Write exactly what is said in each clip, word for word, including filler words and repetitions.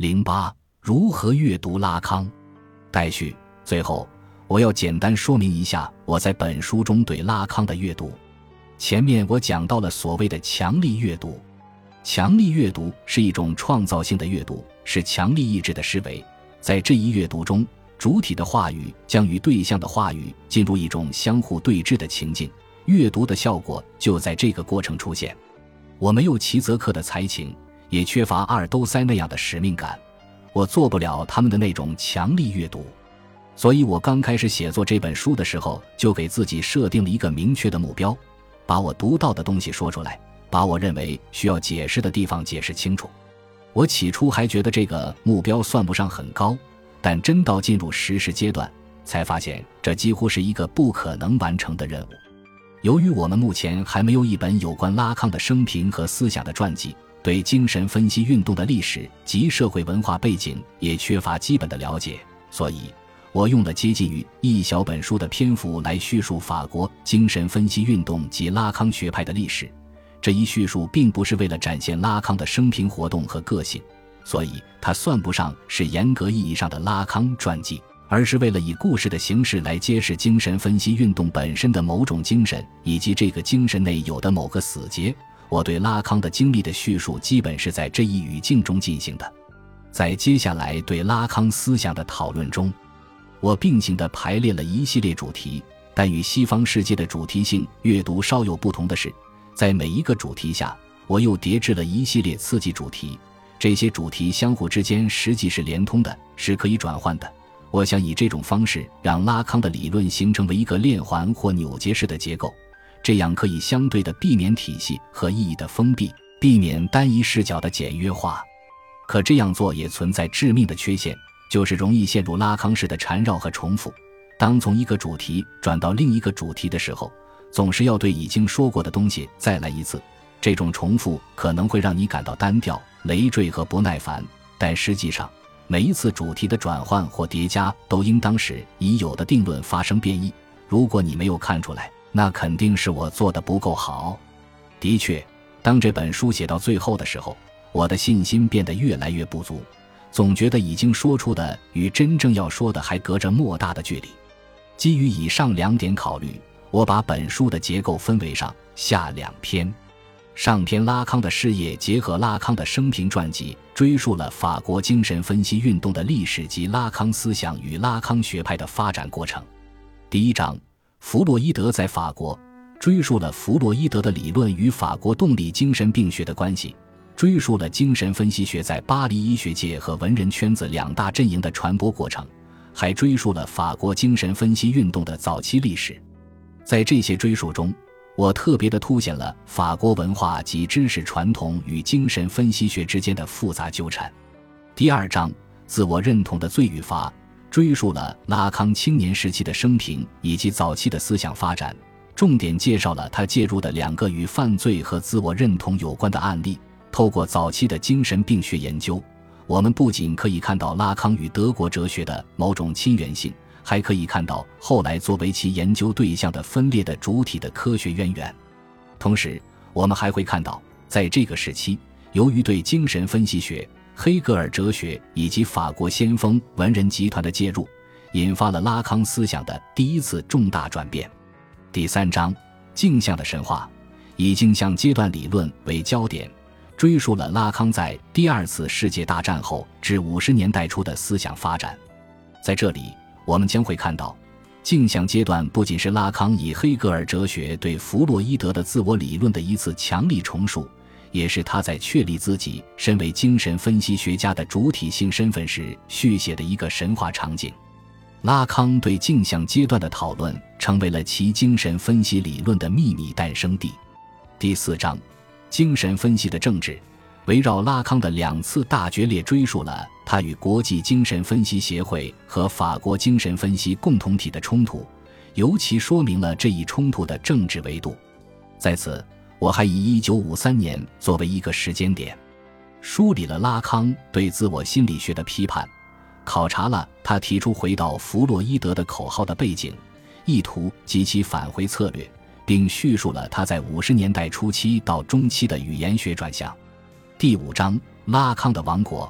零八如何阅读拉康。待续。最后，我要简单说明一下我在本书中对拉康的阅读。前面我讲到了所谓的强力阅读。强力阅读是一种创造性的阅读，是强力意志的思维。在这一阅读中，主体的话语将与对象的话语进入一种相互对峙的情境，阅读的效果就在这个过程出现。我没有齐泽克的才情，也缺乏阿尔都塞那样的使命感，我做不了他们的那种强力阅读。所以我刚开始写作这本书的时候，就给自己设定了一个明确的目标，把我读到的东西说出来，把我认为需要解释的地方解释清楚。我起初还觉得这个目标算不上很高，但真到进入实施阶段，才发现这几乎是一个不可能完成的任务。由于我们目前还没有一本有关拉康的生平和思想的传记，对精神分析运动的历史及社会文化背景也缺乏基本的了解，所以我用了接近于一小本书的篇幅来叙述法国精神分析运动及拉康学派的历史。这一叙述并不是为了展现拉康的生平活动和个性，所以它算不上是严格意义上的拉康传记，而是为了以故事的形式来揭示精神分析运动本身的某种精神，以及这个精神内有的某个死结。我对拉康的经历的叙述基本是在这一语境中进行的。在接下来对拉康思想的讨论中，我并行地排列了一系列主题，但与西方世界的主题性阅读稍有不同的是，在每一个主题下，我又叠制了一系列刺激主题，这些主题相互之间实际是连通的，是可以转换的。我想以这种方式让拉康的理论形成为一个链环或扭结式的结构，这样可以相对的避免体系和意义的封闭，避免单一视角的简约化。可这样做也存在致命的缺陷，就是容易陷入拉康式的缠绕和重复。当从一个主题转到另一个主题的时候，总是要对已经说过的东西再来一次，这种重复可能会让你感到单调、累赘和不耐烦，但实际上每一次主题的转换或叠加都应当使已有的定论发生变异。如果你没有看出来，那肯定是我做得不够好。的确，当这本书写到最后的时候，我的信心变得越来越不足，总觉得已经说出的与真正要说的还隔着莫大的距离。基于以上两点考虑，我把本书的结构分为上下两篇。上篇拉康的事业结合拉康的生平传记，追溯了法国精神分析运动的历史及拉康思想与拉康学派的发展过程。第一章，弗洛伊德在法国，追溯了弗洛伊德的理论与法国动力精神病学的关系，追溯了精神分析学在巴黎医学界和文人圈子两大阵营的传播过程，还追溯了法国精神分析运动的早期历史。在这些追溯中，我特别地凸显了法国文化及知识传统与精神分析学之间的复杂纠缠。第二章，自我认同的罪与罚，追溯了拉康青年时期的生平以及早期的思想发展，重点介绍了他介入的两个与犯罪和自我认同有关的案例。透过早期的精神病学研究，我们不仅可以看到拉康与德国哲学的某种亲缘性，还可以看到后来作为其研究对象的分裂的主体的科学渊源。同时，我们还会看到，在这个时期，由于对精神分析学、黑格尔哲学以及法国先锋文人集团的介入，引发了拉康思想的第一次重大转变。第三章，镜像的神话，以镜像阶段理论为焦点，追溯了拉康在第二次世界大战后至五十年代初的思想发展。在这里，我们将会看到，镜像阶段不仅是拉康以黑格尔哲学对弗洛伊德的自我理论的一次强力重述，也是他在确立自己身为精神分析学家的主体性身份时续写的一个神话场景。拉康对镜像阶段的讨论成为了其精神分析理论的秘密诞生地。第四章，精神分析的政治，围绕拉康的两次大决裂追溯了他与国际精神分析协会和法国精神分析共同体的冲突，尤其说明了这一冲突的政治维度。在此，我还以一九五三年作为一个时间点，梳理了拉康对自我心理学的批判，考察了他提出回到弗洛伊德的口号的背景、意图及其返回策略，并叙述了他在五十年代初期到中期的语言学转向。第五章，拉康的王国，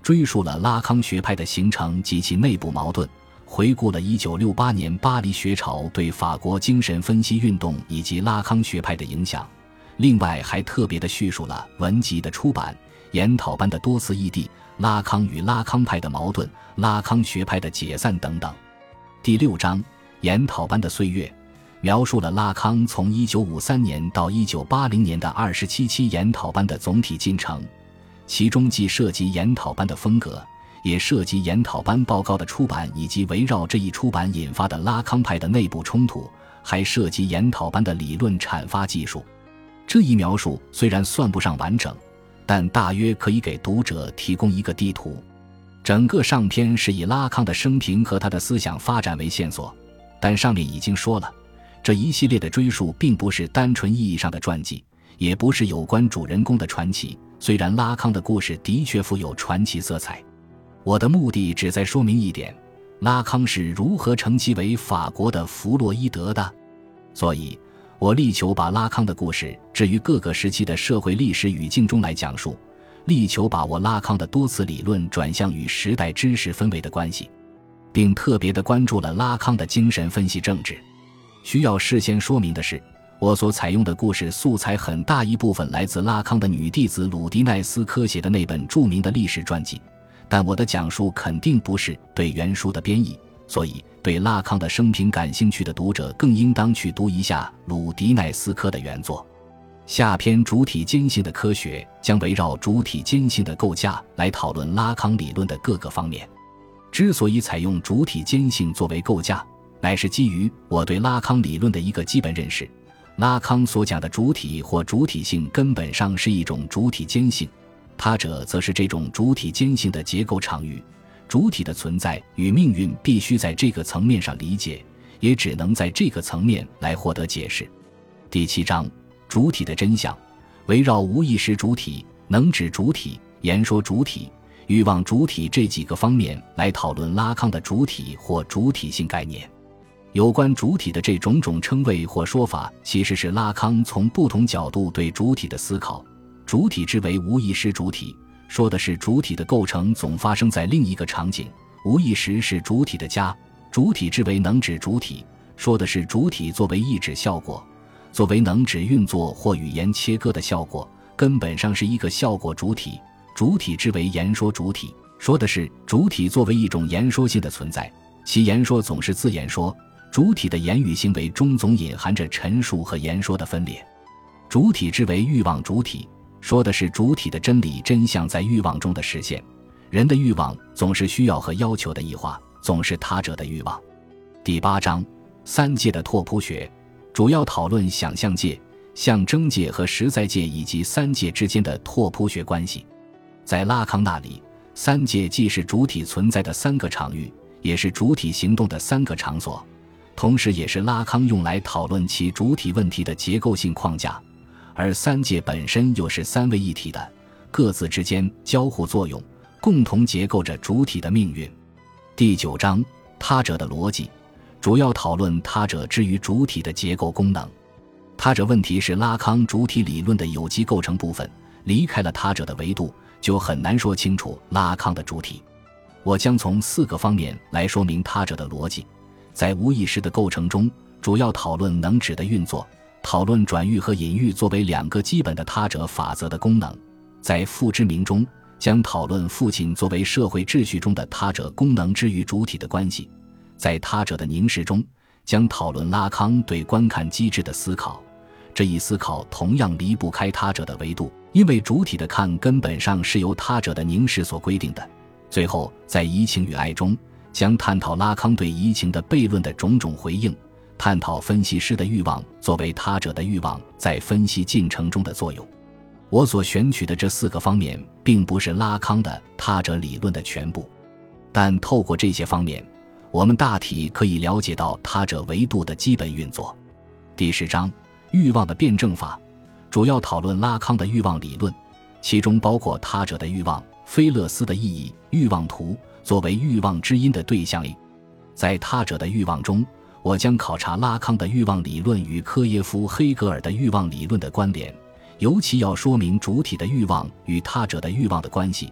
追溯了拉康学派的形成及其内部矛盾，回顾了一九六八年巴黎学潮对法国精神分析运动以及拉康学派的影响。另外还特别的叙述了文集的出版、研讨班的多次异地、拉康与拉康派的矛盾、拉康学派的解散等等。第六章研讨班的岁月，描述了拉康从一九五三年到一九八零年的二十七期研讨班的总体进程，其中既涉及研讨班的风格，也涉及研讨班报告的出版以及围绕这一出版引发的拉康派的内部冲突，还涉及研讨班的理论阐发技术。这一描述虽然算不上完整，但大约可以给读者提供一个地图。整个上篇是以拉康的生平和他的思想发展为线索，但上面已经说了，这一系列的追述并不是单纯意义上的传记，也不是有关主人公的传奇，虽然拉康的故事的确富有传奇色彩。我的目的只在说明一点，拉康是如何称其为法国的弗洛伊德的。所以我力求把拉康的故事置于各个时期的社会历史语境中来讲述，力求把握拉康的多次理论转向与时代知识氛围的关系，并特别地关注了拉康的精神分析政治。需要事先说明的是，我所采用的故事素材很大一部分来自拉康的女弟子鲁迪奈斯科写的那本著名的历史传记，但我的讲述肯定不是对原书的编译，所以对拉康的生平感兴趣的读者更应当去读一下鲁迪奈斯科的原作。下篇主体间性的科学将围绕主体间性的构架来讨论拉康理论的各个方面。之所以采用主体间性作为构架，乃是基于我对拉康理论的一个基本认识。拉康所讲的主体或主体性根本上是一种主体间性，他者则是这种主体间性的结构场域。主体的存在与命运必须在这个层面上理解，也只能在这个层面来获得解释。第七章主体的真相，围绕无意识主体、能指主体、言说主体、欲望主体这几个方面来讨论拉康的主体或主体性概念。有关主体的这种种称谓或说法，其实是拉康从不同角度对主体的思考。主体之为无意识主体，说的是主体的构成总发生在另一个场景，无意识是主体的家。主体之为能指主体，说的是主体作为意指效果，作为能指运作或语言切割的效果，根本上是一个效果主体。主体之为言说主体，说的是主体作为一种言说性的存在，其言说总是自言说。主体的言语行为中总隐含着陈述和言说的分裂。主体之为欲望主体，说的是主体的真理真相在欲望中的实现。人的欲望总是需要和要求的异化，总是他者的欲望。第八章三界的拓扑学，主要讨论想象界、象征界和实在界以及三界之间的拓扑学关系。在拉康那里，三界既是主体存在的三个场域，也是主体行动的三个场所，同时也是拉康用来讨论其主体问题的结构性框架。而三界本身又是三位一体的，各自之间交互作用，共同结构着主体的命运。第九章他者的逻辑，主要讨论他者之于主体的结构功能。他者问题是拉康主体理论的有机构成部分，离开了他者的维度，就很难说清楚拉康的主体。我将从四个方面来说明他者的逻辑。在无意识的构成中，主要讨论能指的运作，讨论转喻和隐喻作为两个基本的他者法则的功能。在父之名中，将讨论父亲作为社会秩序中的他者功能之于主体的关系。在他者的凝视中，将讨论拉康对观看机制的思考。这一思考同样离不开他者的维度，因为主体的看根本上是由他者的凝视所规定的。最后，在移情与爱中，将探讨拉康对移情的悖论的种种回应，探讨分析师的欲望作为他者的欲望在分析进程中的作用。我所选取的这四个方面并不是拉康的他者理论的全部，但透过这些方面，我们大体可以了解到他者维度的基本运作。第十章欲望的辩证法，主要讨论拉康的欲望理论，其中包括他者的欲望、菲勒斯的意义、欲望图作为欲望之因的对象。在他者的欲望中，我将考察拉康的欲望理论与科耶夫黑格尔的欲望理论的关联，尤其要说明主体的欲望与他者的欲望的关系。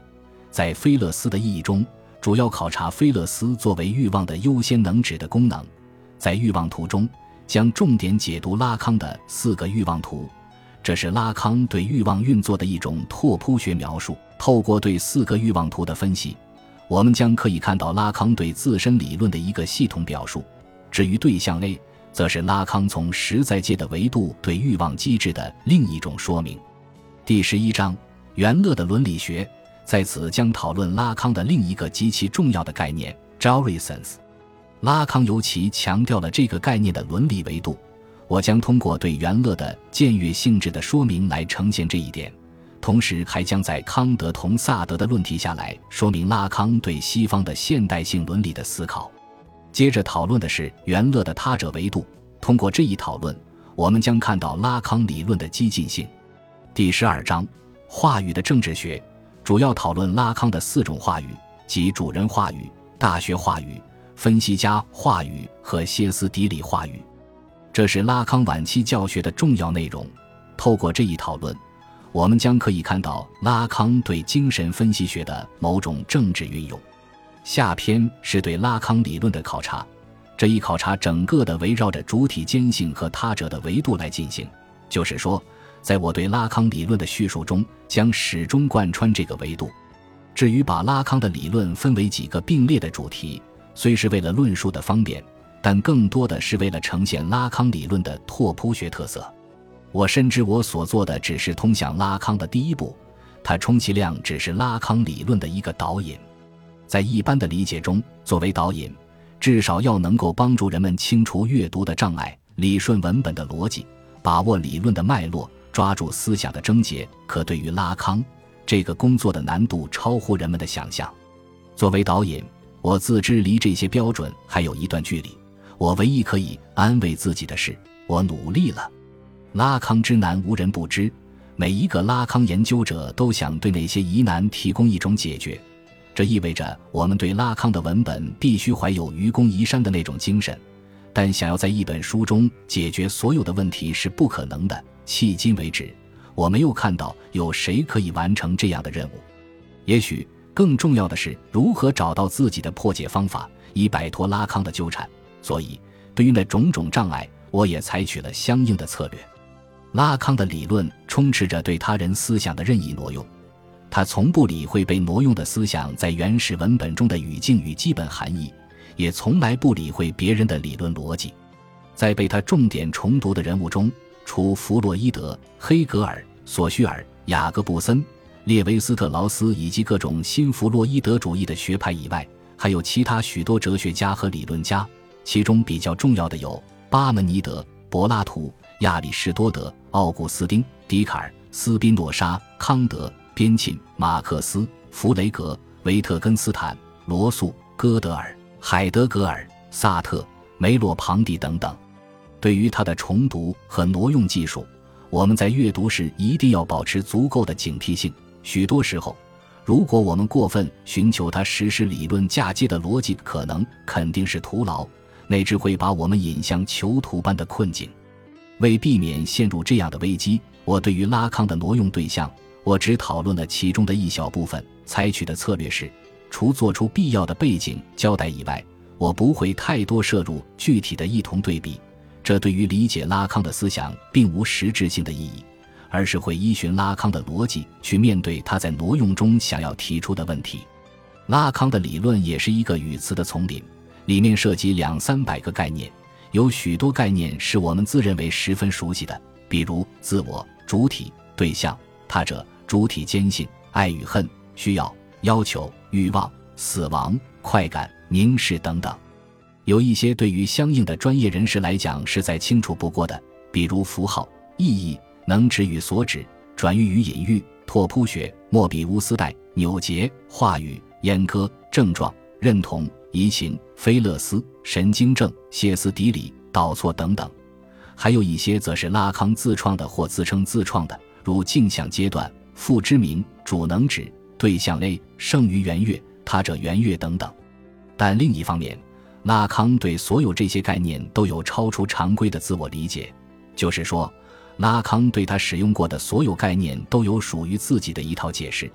在菲勒斯的意义中，主要考察菲勒斯作为欲望的优先能指的功能。在欲望图中，将重点解读拉康的四个欲望图，这是拉康对欲望运作的一种拓扑学描述。透过对四个欲望图的分析，我们将可以看到拉康对自身理论的一个系统表述。至于对象类，则是拉康从实在界的维度对欲望机制的另一种说明。第十一章，元乐的伦理学，在此将讨论拉康的另一个极其重要的概念 jouissance。 拉康尤其强调了这个概念的伦理维度，我将通过对元乐的僭越性质的说明来呈现这一点，同时还将在康德同萨德的论题下来说明拉康对西方的现代性伦理的思考。接着讨论的是元乐的他者维度，通过这一讨论，我们将看到拉康理论的激进性。第十二章，话语的政治学，主要讨论拉康的四种话语，即主人话语、大学话语、分析家话语和歇斯底里话语。这是拉康晚期教学的重要内容。透过这一讨论，我们将可以看到拉康对精神分析学的某种政治运用。下篇是对拉康理论的考察，这一考察整个的围绕着主体间性和他者的维度来进行，就是说，在我对拉康理论的叙述中，将始终贯穿这个维度。至于把拉康的理论分为几个并列的主题，虽是为了论述的方便，但更多的是为了呈现拉康理论的拓扑学特色。我深知我所做的只是通向拉康的第一步，它充其量只是拉康理论的一个导引。在一般的理解中，作为导引，至少要能够帮助人们清除阅读的障碍，理顺文本的逻辑，把握理论的脉络，抓住思想的症结。可对于拉康，这个工作的难度超乎人们的想象。作为导引，我自知离这些标准还有一段距离，我唯一可以安慰自己的是，我努力了。拉康之难无人不知，每一个拉康研究者都想对那些疑难提供一种解决，这意味着我们对拉康的文本必须怀有愚公移山的那种精神，但想要在一本书中解决所有的问题是不可能的。迄今为止，我没有看到有谁可以完成这样的任务。也许更重要的是如何找到自己的破解方法，以摆脱拉康的纠缠。所以对于那种种障碍，我也采取了相应的策略。拉康的理论充斥着对他人思想的任意挪用，他从不理会被挪用的思想在原始文本中的语境与基本含义，也从来不理会别人的理论逻辑。在被他重点重读的人物中，除弗洛伊德、黑格尔、索绪尔、雅各布森、列维斯特劳斯以及各种新弗洛伊德主义的学派以外，还有其他许多哲学家和理论家，其中比较重要的有巴门尼德、柏拉图、亚里士多德、奥古斯丁、笛卡尔、斯宾诺莎、康德、边沁、马克思、弗雷格、维特根斯坦、罗素、哥德尔、海德格尔、萨特、梅洛庞蒂等等。对于他的重读和挪用技术，我们在阅读时一定要保持足够的警惕性。许多时候，如果我们过分寻求他实施理论嫁接的逻辑，可能肯定是徒劳，那只会把我们引向囚徒般的困境。为避免陷入这样的危机，我对于拉康的挪用对象，我只讨论了其中的一小部分。采取的策略是，除做出必要的背景交代以外，我不会太多摄入具体的异同对比，这对于理解拉康的思想并无实质性的意义，而是会依循拉康的逻辑去面对他在挪用中想要提出的问题。拉康的理论也是一个语词的丛林，里面涉及两三百个概念，有许多概念是我们自认为十分熟悉的，比如自我、主体、对象、他者、主体间性、爱与恨、需要、要求、欲望、死亡、快感、凝视等等。有一些对于相应的专业人士来讲是再清楚不过的，比如符号、意义、能指与所指、转喻与隐喻、拓扑学、莫比乌斯带、扭结、话语、阉割、症状、认同、移情、菲勒斯、神经症、歇斯底里、导错等等。还有一些则是拉康自创的或自称自创的，如镜像阶段、父之名、主能指、对象类、剩余元乐、他者元乐等等。但另一方面，拉康对所有这些概念都有超出常规的自我理解，就是说，拉康对他使用过的所有概念都有属于自己的一套解释，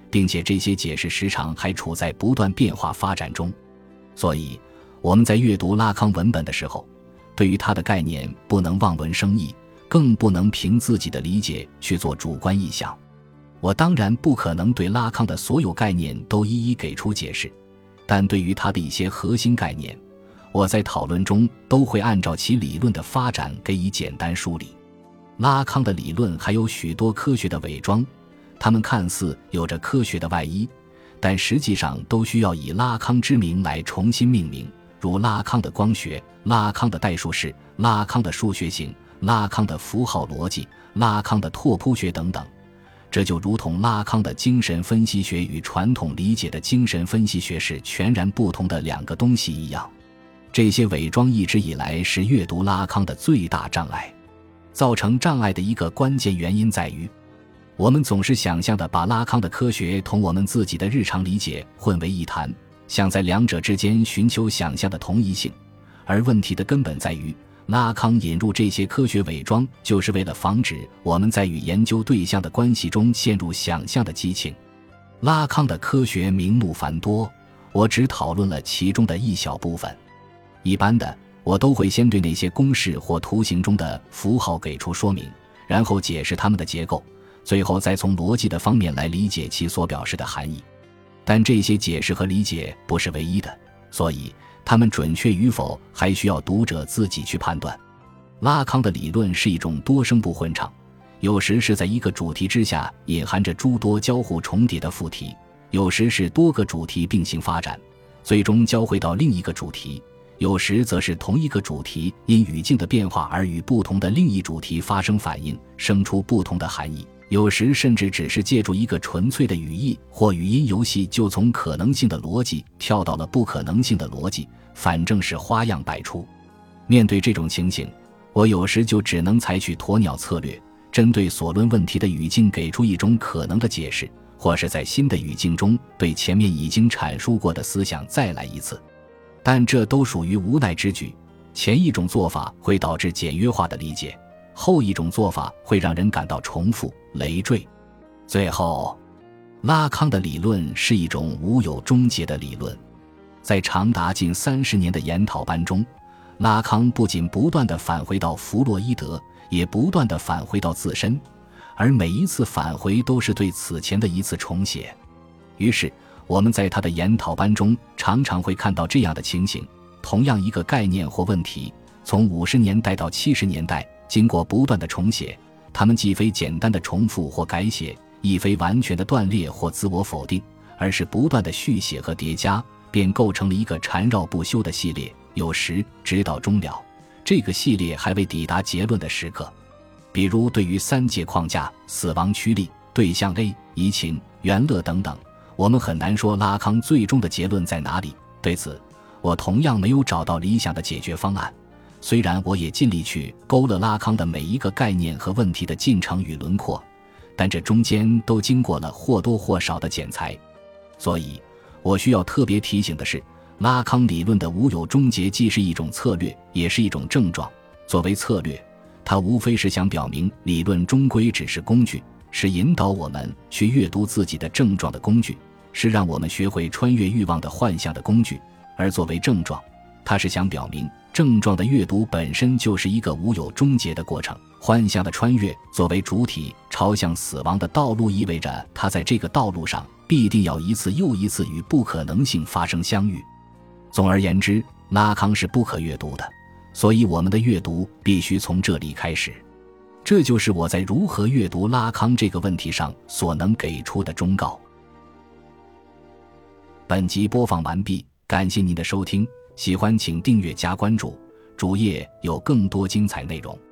并且这些解释时常还处在不断变化发展中。所以我们在阅读拉康文本的时候，对于他的概念不能望文生义，更不能凭自己的理解去做主观臆想。我当然不可能对拉康的所有概念都一一给出解释，但对于他的一些核心概念，我在讨论中都会按照其理论的发展给予简单梳理。拉康的理论还有许多科学的伪装，它们看似有着科学的外衣，但实际上都需要以拉康之名来重新命名，如拉康的光学、拉康的代数式、拉康的数学型、拉康的符号逻辑、拉康的拓扑学等等。这就如同拉康的精神分析学与传统理解的精神分析学是全然不同的两个东西一样。这些伪装一直以来是阅读拉康的最大障碍。造成障碍的一个关键原因在于，我们总是想象地把拉康的科学同我们自己的日常理解混为一谈，想在两者之间寻求想象的同一性。而问题的根本在于，拉康引入这些科学伪装，就是为了防止我们在与研究对象的关系中陷入想象的激情。拉康的科学名目繁多，我只讨论了其中的一小部分。一般的，我都会先对那些公式或图形中的符号给出说明，然后解释它们的结构，最后再从逻辑的方面来理解其所表示的含义。但这些解释和理解不是唯一的，所以它们准确与否还需要读者自己去判断。拉康的理论是一种多声部混唱，有时是在一个主题之下隐含着诸多交互重叠的副题，有时是多个主题并行发展，最终交汇到另一个主题，有时则是同一个主题因语境的变化而与不同的另一主题发生反应，生出不同的含义，有时甚至只是借助一个纯粹的语义或语音游戏，就从可能性的逻辑跳到了不可能性的逻辑，反正是花样百出。面对这种情形，我有时就只能采取鸵鸟策略，针对所论问题的语境给出一种可能的解释，或是在新的语境中对前面已经阐述过的思想再来一次。但这都属于无奈之举，前一种做法会导致简约化的理解，后一种做法会让人感到重复累赘。最后，拉康的理论是一种无有终结的理论。在长达近三十年的研讨班中，拉康不仅不断地返回到弗洛伊德，也不断地返回到自身，而每一次返回都是对此前的一次重写。于是我们在他的研讨班中常常会看到这样的情形：同样一个概念或问题，从五十年代到七十年代，经过不断的重写，它们既非简单的重复或改写，亦非完全的断裂或自我否定，而是不断的续写和叠加，便构成了一个缠绕不休的系列，有时直到终了，这个系列还未抵达结论的时刻。比如对于三界框架、死亡驱力、对象 A、移情、原乐等等，我们很难说拉康最终的结论在哪里。对此，我同样没有找到理想的解决方案，虽然我也尽力去勾勒拉康的每一个概念和问题的进程与轮廓，但这中间都经过了或多或少的剪裁。所以我需要特别提醒的是，拉康理论的无有终结既是一种策略，也是一种症状。作为策略，它无非是想表明理论终归只是工具，是引导我们去阅读自己的症状的工具，是让我们学会穿越欲望的幻象的工具。而作为症状，它是想表明症状的阅读本身就是一个无有终结的过程。幻象的穿越作为主体朝向死亡的道路，意味着它在这个道路上必定要一次又一次与不可能性发生相遇。总而言之，拉康是不可阅读的，所以我们的阅读必须从这里开始。这就是我在如何阅读拉康这个问题上所能给出的忠告。本集播放完毕，感谢您的收听，喜欢请订阅加关注，主页有更多精彩内容。